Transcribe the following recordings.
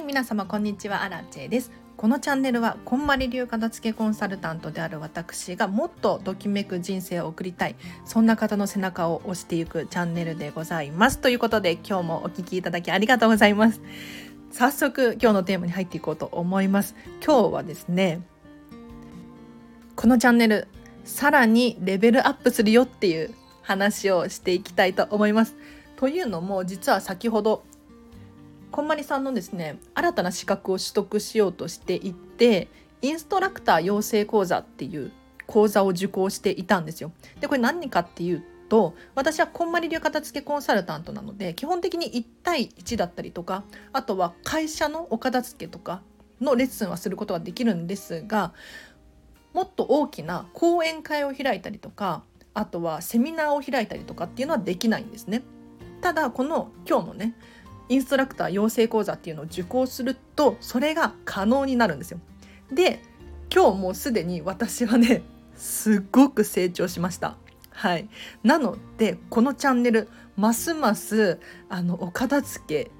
皆様こんにちは、アラチェです。このチャンネルはこんまり流片付けコンサルタントである私がもっとときめく人生を送りたい、そんな方の背中を押していくチャンネルでございます。ということで今日もお聞きいただきありがとうございます。早速今日のテーマに入っていこうと思います。今日はですね、このチャンネルさらにレベルアップするよっていう話をしていきたいと思います。というのも、実は先ほどこんまりさんのですね、新たな資格を取得しようとしていて、インストラクター養成講座っていう講座を受講していたんですよ。でこれ何かっていうと、私はこんまり流片付けコンサルタントなので、基本的に1対1だったりとか、あとは会社のお片付けとかのレッスンはすることができるんですが、もっと大きな講演会を開いたりとか、あとはセミナーを開いたりとかっていうのはできないんですね。ただこの今日のね、インストラクター養成講座っていうのを受講するとそれが可能になるんですよ。で今日もうすでに私はね、すごく成長しました。はい。なのでこのチャンネルますますお片付け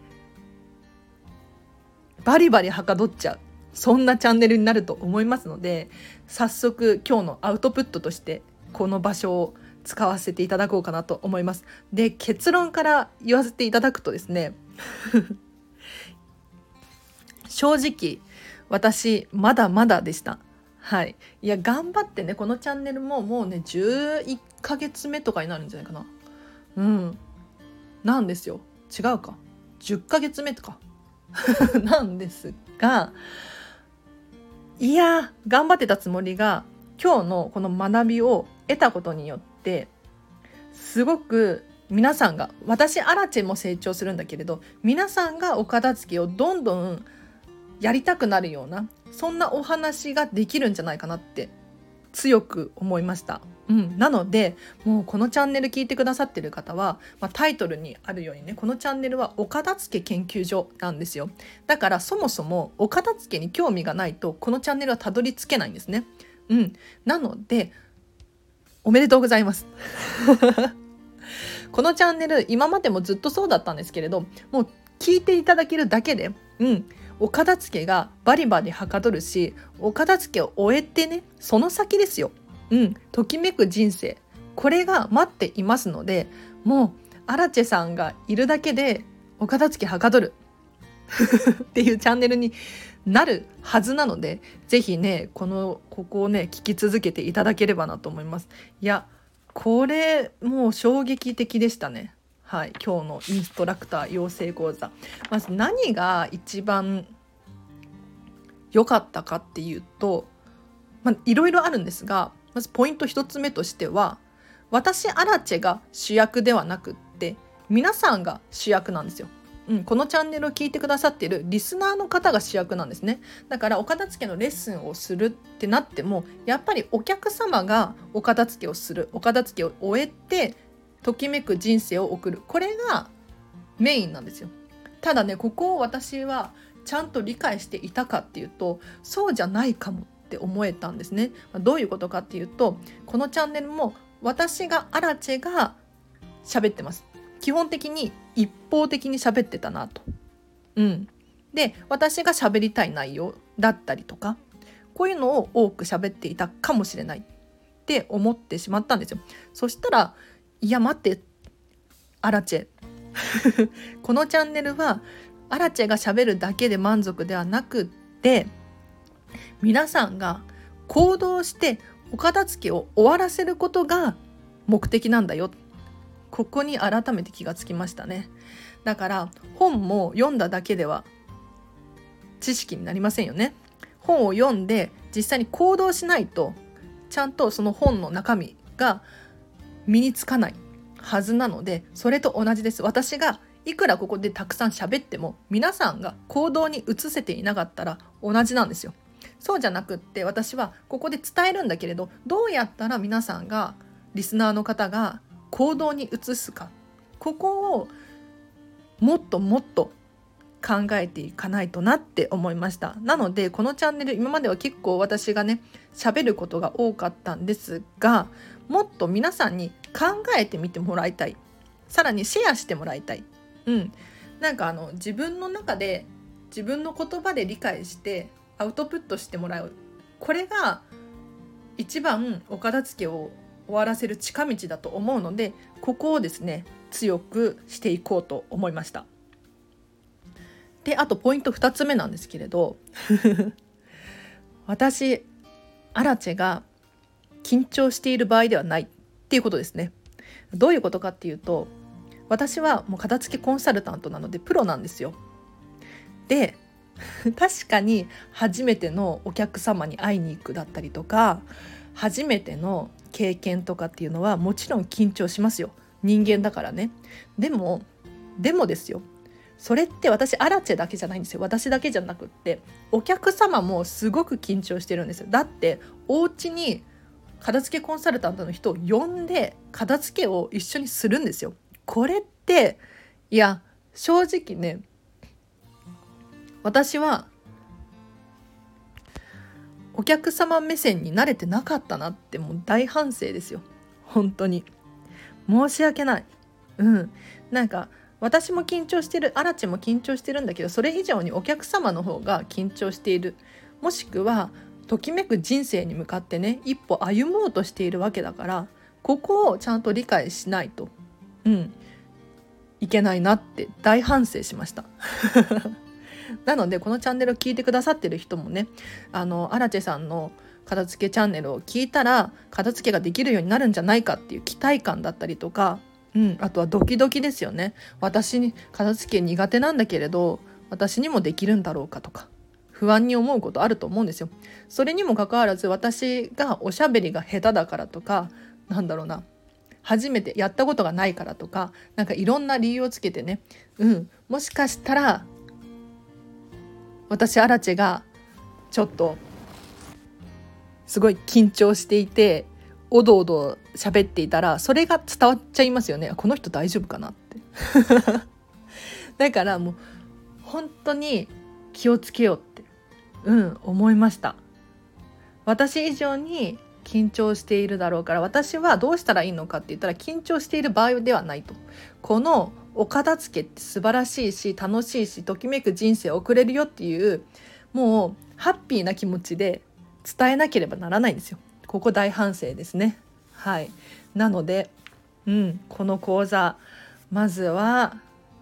バリバリはかどっちゃう、そんなチャンネルになると思いますので、早速今日のアウトプットとしてこの場所を使わせていただこうかなと思います。で結論から言わせていただくとですね正直私まだまだでした。はい。いや頑張ってね、このチャンネルももうね11ヶ月目とかになるんじゃないかな。なんですよ。違うか、10ヶ月目とかなんですが、いや頑張ってたつもりが、今日のこの学びを得たことによってすごく皆さんが、私アラチェも成長するんだけれど、皆さんがお片付けをどんどんやりたくなるような、そんなお話ができるんじゃないかなって強く思いました。なのでもうこのチャンネル聞いてくださってる方は、タイトルにあるようにね、このチャンネルはお片付け研究所なんですよ。だからそもそもお片付けに興味がないとこのチャンネルはたどり着けないんですね。なのでおめでとうございますこのチャンネル今までもずっとそうだったんですけれど、もう聞いていただけるだけで、お片付けがバリバリはかどるし、お片付けを終えてね、その先ですよ。ときめく人生、これが待っていますので、もうアラチェさんがいるだけでお片付けはかどるっていうチャンネルになるはずなので、ぜひねここをね聞き続けていただければなと思います。いやこれもう衝撃的でしたね。はい。今日のインストラクター養成講座、まず何が一番良かったかっていうと、いろいろあるんですが、まずポイント一つ目としては、私アラチェが主役ではなくって皆さんが主役なんですよ。このチャンネルを聞いてくださっているリスナーの方が主役なんですね。だからお片付けのレッスンをするってなっても、やっぱりお客様がお片付けをする、お片付けを終えてときめく人生を送る、これがメインなんですよ。ただね、ここを私はちゃんと理解していたかっていうと、そうじゃないかもって思えたんですね。どういうことかっていうと、このチャンネルも私がアラチェが喋ってます。基本的に一方的に喋ってたなと。で私が喋りたい内容だったりとか、こういうのを多く喋っていたかもしれないって思ってしまったんですよ。そしたら、いや待ってアラチェこのチャンネルはアラチェが喋るだけで満足ではなくって、皆さんが行動してお片付けを終わらせることが目的なんだよ。ここに改めて気がつきましたね。だから本も読んだだけでは知識になりませんよね。本を読んで実際に行動しないと、ちゃんとその本の中身が身につかないはずなので、それと同じです。私がいくらここでたくさん喋っても皆さんが行動に移せていなかったら同じなんですよ。そうじゃなくって、私はここで伝えるんだけれど、どうやったら皆さんが、リスナーの方が行動に移すか、ここをもっともっと考えていかないとなって思いました。なのでこのチャンネル、今までは結構私がね喋ることが多かったんですが、もっと皆さんに考えてみてもらいたい、さらにシェアしてもらいたい。なんか自分の中で自分の言葉で理解してアウトプットしてもらう、これが一番お片付けを終わらせる近道だと思うので、ここをですね強くしていこうと思いました。であとポイント2つ目なんですけれど私アラチェが緊張している場合ではないっていうことですね。どういうことかっていうと、私はもう片付けコンサルタントなのでプロなんですよ。で確かに初めてのお客様に会いに行くだったりとか、初めての経験とかっていうのはもちろん緊張しますよ、人間だからね。でもですよ、それって私アラチェだけじゃないんですよ。私だけじゃなくってお客様もすごく緊張してるんですよ。だってお家に片付けコンサルタントの人を呼んで片付けを一緒にするんですよ。これっていや正直ね、私はお客様目線に慣れてなかったなって、もう大反省ですよ。本当に申し訳ない。なんか私も緊張してる、アラチも緊張してるんだけど、それ以上にお客様の方が緊張している、もしくはときめく人生に向かってね一歩歩もうとしているわけだから、ここをちゃんと理解しないといけないなって大反省しましたなのでこのチャンネルを聞いてくださってる人もね、アラチェさんの片付けチャンネルを聞いたら片付けができるようになるんじゃないかっていう期待感だったりとか、あとはドキドキですよね。私に片付け苦手なんだけれど私にもできるんだろうかとか不安に思うことあると思うんですよ。それにもかかわらず私がおしゃべりが下手だからとか、初めてやったことがないからとか、いろんな理由をつけてね、もしかしたら私アラチェがちょっとすごい緊張していておどおど喋っていたらそれが伝わっちゃいますよね。この人大丈夫かなってだからもう本当に気をつけようって思いました。私以上に緊張しているだろうから、私はどうしたらいいのかって言ったら緊張している場合ではないと。このお片付けって素晴らしいし楽しいしときめく人生を送れるよっていうもうハッピーな気持ちで伝えなければならないんですよ。ここ大反省ですね。はい。なので、この講座まずは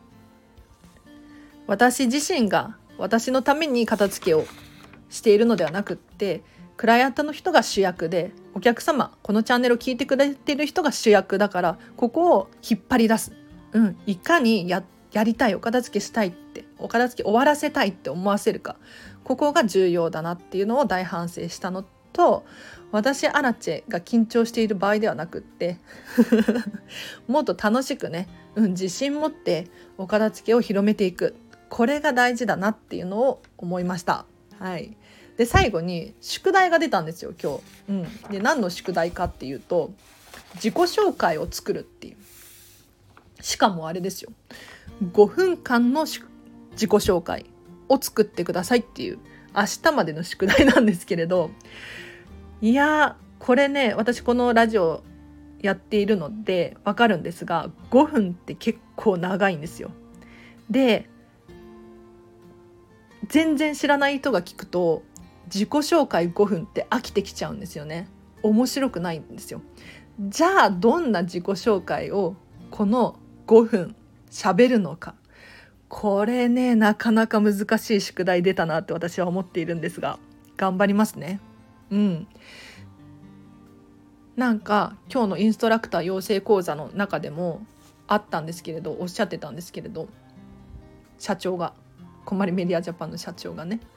私自身が私のために片付けをしているのではなくってクライアントの人が主役で、お客様このチャンネルを聞いてくれてる人が主役だから、ここを引っ張り出す、いかにやりたい、お片付けしたいって、お片付け終わらせたいって思わせるか、ここが重要だなっていうのを大反省したのと、私アラチェが緊張している場合ではなくってもっと楽しくね、自信持ってお片付けを広めていく、これが大事だなっていうのを思いました。はい。で最後に宿題が出たんですよ今日。で何の宿題かっていうと、自己紹介を作るっていう、しかもあれですよ、5分間の自己紹介を作ってくださいっていう明日までの宿題なんですけれど、いやこれね、私このラジオやっているのでわかるんですが、5分って結構長いんですよ。で全然知らない人が聞くと自己紹介5分って飽きてきちゃうんですよね。面白くないんですよ。じゃあどんな自己紹介をこの5分喋るのか、これねなかなか難しい宿題出たなって私は思っているんですが、頑張りますね。今日のインストラクター養成講座の中でもあったんですけれど、おっしゃってたんですけれど、社長が、こまりメディアジャパンの社長がね、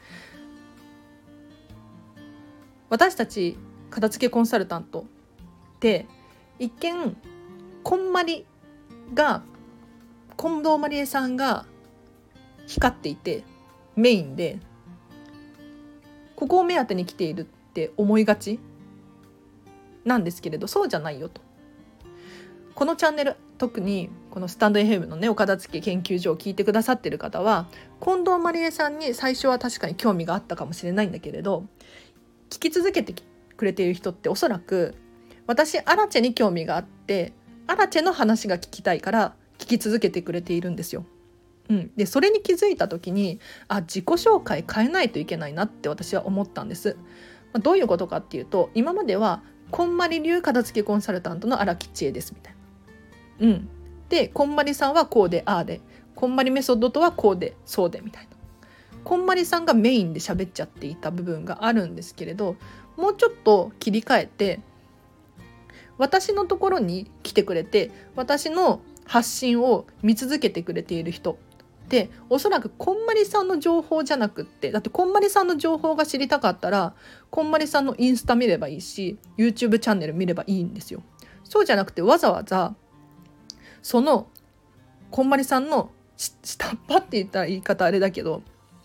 私たち片付けコンサルタントって一見こんまりが近藤まりえさんが光っていてメインで、ここを目当てに来ているって思いがちなんですけれど、そうじゃないよと。このチャンネル、特にこのスタンド FM のねお片付け研究所を聞いてくださってる方は、近藤まりえさんに最初は確かに興味があったかもしれないんだけれど、聞き続けてくれている人っておそらく私アラチェに興味があってアラチェの話が聞きたいから聞き続けてくれているんですよ。 でそれに気づいた時に自己紹介変えないといけないなって私は思ったんです。どういうことかっていうと、今まではこんまり流片付けコンサルタントの荒木千恵ですみたいな、でこんまりさんはこうでああで、こんまりメソッドとはこうでそうでみたいな、こんまりさんがメインで喋っちゃっていた部分があるんですけれど、もうちょっと切り替えて私のところに来てくれて私の発信を見続けてくれている人で、おそらくこんまりさんの情報じゃなくって、だってこんまりさんの情報が知りたかったらこんまりさんのインスタ見ればいいし YouTube チャンネル見ればいいんですよ。そうじゃなくてわざわざそのこんまりさんの下っ端って言ったら言い方あれだけど、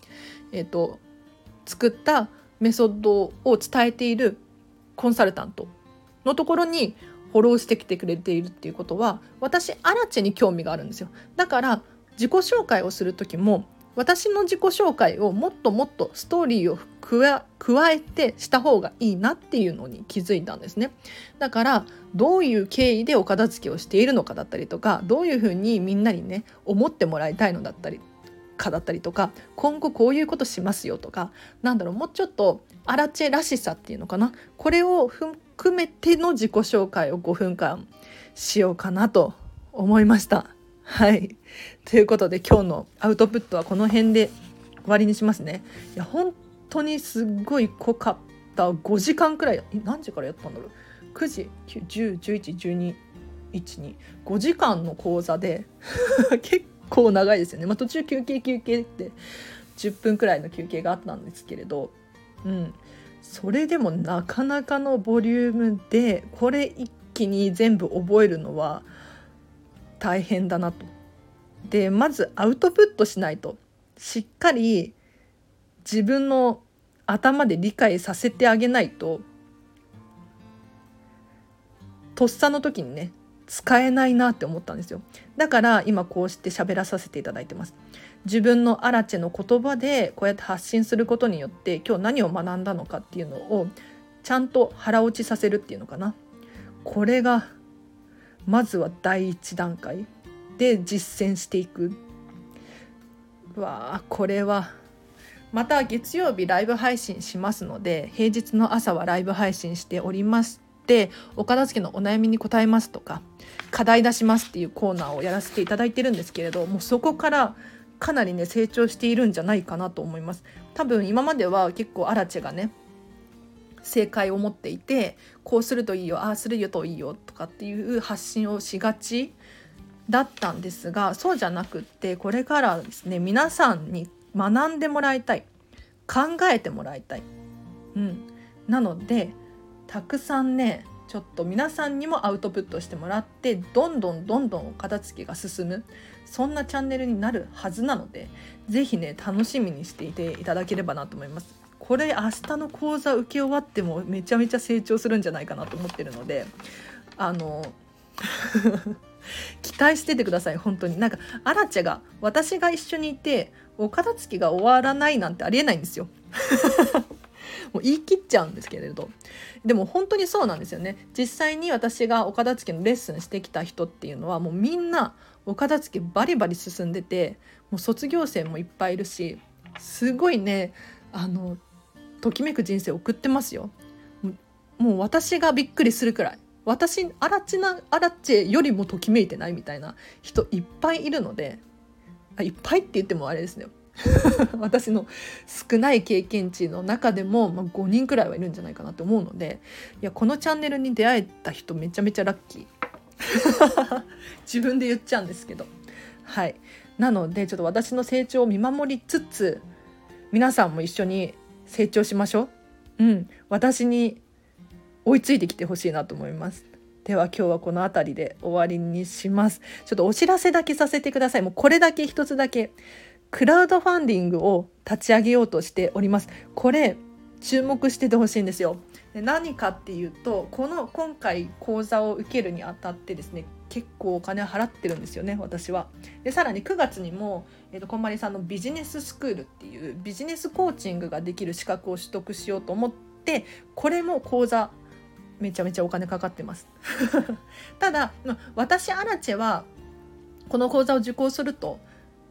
作ったメソッドを伝えているコンサルタントのところにフォローしてきてくれているっていうことは、私アラチェに興味があるんですよ。だから自己紹介をする時も私の自己紹介をもっともっとストーリーを加えてした方がいいなっていうのに気づいたんですね。だからどういう経緯でお片付けをしているのかだったりとか、どういうふうにみんなにね思ってもらいたいのだったりとか、今後こういうことしますよとか、もうちょっとアラチェらしさっていうのかな、これを含めての自己紹介を5分間しようかなと思いました。はい、ということで今日のアウトプットはこの辺で終わりにしますね。いや本当にすっごい濃かった。5時間くらい、何時からやったんだろう、9時9 10 11 12 12 5時間の講座で結構長いですよね。途中休憩って10分くらいの休憩があったんですけれど、それでもなかなかのボリュームでこれ一気に全部覚えるのは大変だなと。でまずアウトプットしないと、しっかり自分の頭で理解させてあげないと、とっさの時にね使えないなって思ったんですよ。だから今こうして喋らさせていただいてます。自分のアラチェの言葉でこうやって発信することによって今日何を学んだのかっていうのをちゃんと腹落ちさせるっていうのかな。これがまずは第一段階で実践していく。これはまた月曜日ライブ配信しますので、平日の朝はライブ配信しておりまして、お片付けのお悩みに答えますとか課題出しますっていうコーナーをやらせていただいてるんですけれども、そこからかなりね成長しているんじゃないかなと思います。多分今までは結構アラチェがね正解を持っていて、こうするといいよ、ああするといいよとかっていう発信をしがちだったんですが、そうじゃなくって、これからですね皆さんに学んでもらいたい、考えてもらいたい、なのでたくさんねちょっと皆さんにもアウトプットしてもらって、どんどんお片付けが進む、そんなチャンネルになるはずなので、ぜひね楽しみにしていていただければなと思います。これ明日の講座受け終わってもめちゃめちゃ成長するんじゃないかなと思ってるので、期待しててください。本当にアラチェが私が一緒にいてお片付けが終わらないなんてありえないんですよもう言い切っちゃうんですけれど、でも本当にそうなんですよね。実際に私がお片付けのレッスンしてきた人っていうのはもうみんなお片付けバリバリ進んでて、もう卒業生もいっぱいいるし、すごいねときめく人生を送ってますよ。もう私がびっくりするくらい、私アラチェよりもときめいてないみたいな人いっぱいいるので、いっぱいって言ってもあれですね私の少ない経験値の中でも、5人くらいはいるんじゃないかなと思うので、いやこのチャンネルに出会えた人めちゃめちゃラッキー自分で言っちゃうんですけど、はい、なのでちょっと私の成長を見守りつつ、皆さんも一緒に成長しましょう。私に追いついてきてほしいなと思います。では今日はこの辺りで終わりにします。ちょっとお知らせだけさせてください。もうこれだけ一つだけ、クラウドファンディングを立ち上げようとしております。これ注目しててほしいんですよ。で何かっていうと、今回講座を受けるにあたってですね、結構お金を払ってるんですよね私は。でさらに9月にも、こんまりさんのビジネススクールっていうビジネスコーチングができる資格を取得しようと思って、これも講座めちゃめちゃお金かかってますただ私アラチェはこの講座を受講すると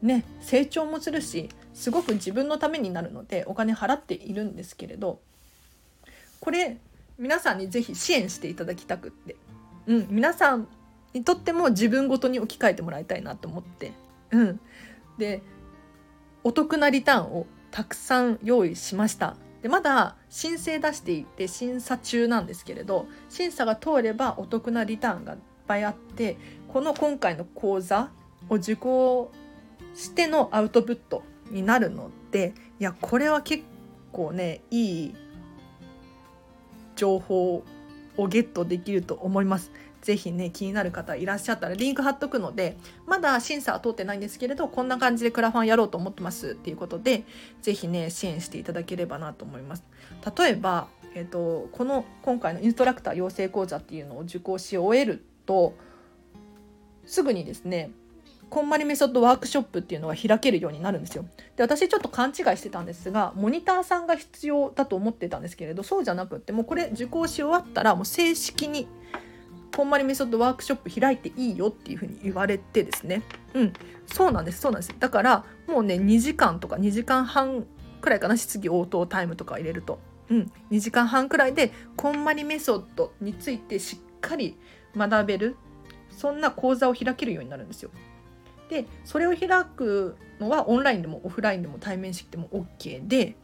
ね、成長もするし、すごく自分のためになるのでお金払っているんですけれど、これ皆さんにぜひ支援していただきたくって、皆さんにとっても自分ごとに置き換えてもらいたいなと思って、でお得なリターンをたくさん用意しました。でまだ申請出していて審査中なんですけれど、審査が通ればお得なリターンがいっぱいあって、今回の講座を受講してのアウトプットになるので、いやこれは結構ねいい情報をゲットできると思います。ぜひね気になる方いらっしゃったらリンク貼っとくので、まだ審査は通ってないんですけれど、こんな感じでクラファンやろうと思ってますっていうことで、ぜひね支援していただければなと思います。例えば、今回のインストラクター養成講座っていうのを受講し終えると、すぐにですねこんまりメソッドワークショップっていうのが開けるようになるんですよ。で私ちょっと勘違いしてたんですが、モニターさんが必要だと思ってたんですけれど、そうじゃなくって、もうこれ受講し終わったらもう正式にこんまりメソッドワークショップ開いていいよっていうふうに言われてですね、そうなんですだからもうね2時間とか2時間半くらいかな、質疑応答タイムとか入れると、2時間半くらいでこんまりメソッドについてしっかり学べる、そんな講座を開けるようになるんですよ。でそれを開くのはオンラインでもオフラインでも対面式でも OK で、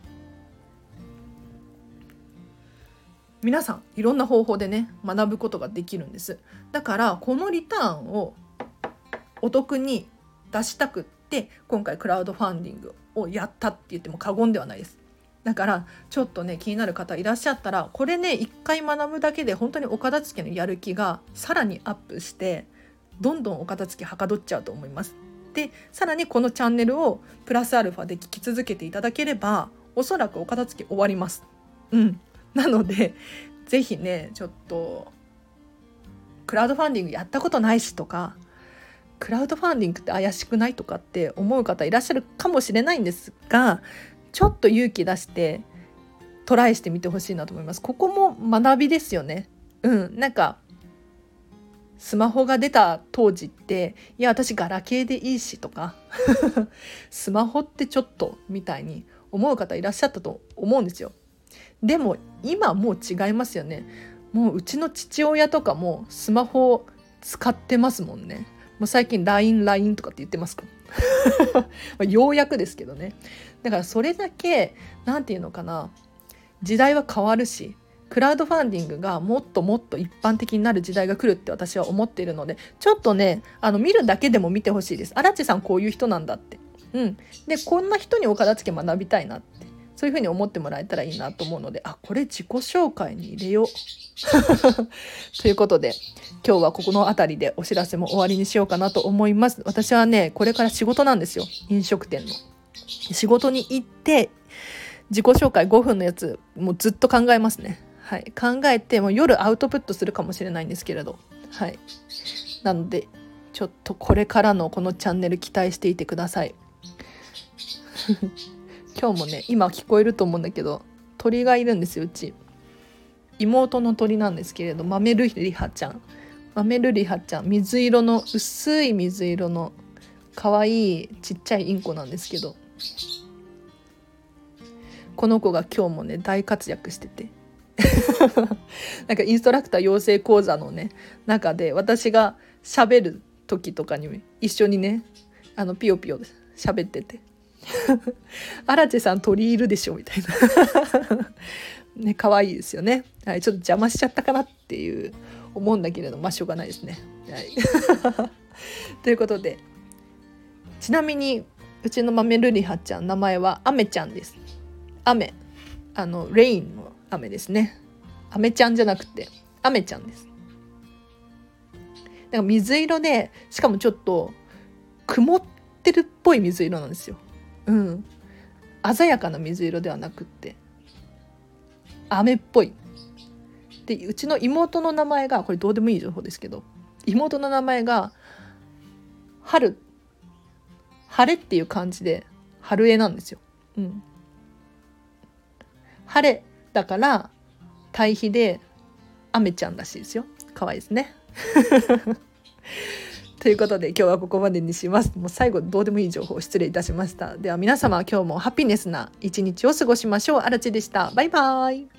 皆さんいろんな方法でね学ぶことができるんです。だからこのリターンをお得に出したくって今回クラウドファンディングをやったって言っても過言ではないです。だからちょっとね気になる方いらっしゃったら、これね一回学ぶだけで本当にお片付けのやる気がさらにアップして、どんどんお片付けはかどっちゃうと思います。でさらにこのチャンネルをプラスアルファで聞き続けていただければ、おそらくお片付け終わります。なのでぜひねちょっとクラウドファンディングやったことないしとか、クラウドファンディングって怪しくないとかって思う方いらっしゃるかもしれないんですが、ちょっと勇気出してトライしてみてほしいなと思います。ここも学びですよね。なんかスマホが出た当時って、いや私ガラケーでいいしとかスマホってちょっとみたいに思う方いらっしゃったと思うんですよ。でも今もう違いますよね。もううちの父親とかもスマホを使ってますもんね。もう最近 LINE とかって言ってますかようやくですけどね。だからそれだけなんていうのかな、時代は変わるし、クラウドファンディングがもっともっと一般的になる時代が来るって私は思っているので、ちょっとね見るだけでも見てほしいです。荒地さんこういう人なんだって、でこんな人にお片付け学びたいなって、そういうふうに思ってもらえたらいいなと思うので、これ自己紹介に入れようということで今日はここの辺りでお知らせも終わりにしようかなと思います。私はねこれから仕事なんですよ。飲食店の仕事に行って自己紹介5分のやつもうずっと考えますね。考えても夜アウトプットするかもしれないんですけれど、なのでちょっとこれからのこのチャンネル期待していてください今日もね今聞こえると思うんだけど鳥がいるんですよ。うち妹の鳥なんですけれど、マメルリハちゃん、水色の薄い水色の可愛いちっちゃいインコなんですけど、この子が今日もね大活躍しててなんかインストラクター養成講座のね中で私が喋る時とかに一緒にねピヨピヨ喋ってて荒地さん鳥いるでしょみたいなね、可愛いですよね。ちょっと邪魔しちゃったかなっていう思うんだけれど、しょうがないですね。ということで、ちなみにうちのマメルリハちゃん名前はアメちゃんです。アメ、レインのアメですね。アメちゃんじゃなくてアメちゃんです。なんか水色で、しかもちょっと曇ってるっぽい水色なんですよ。鮮やかな水色ではなくって雨っぽい。でうちの妹の名前が、これどうでもいい情報ですけど、妹の名前が晴れっていう漢字で春江なんですよ。晴れだから対比で雨ちゃんらしいですよ。可愛いですねということで今日はここまでにします。もう最後どうでもいい情報を失礼いたしました。では皆様今日もハピネスな一日を過ごしましょう。あらちでした。バイバイ。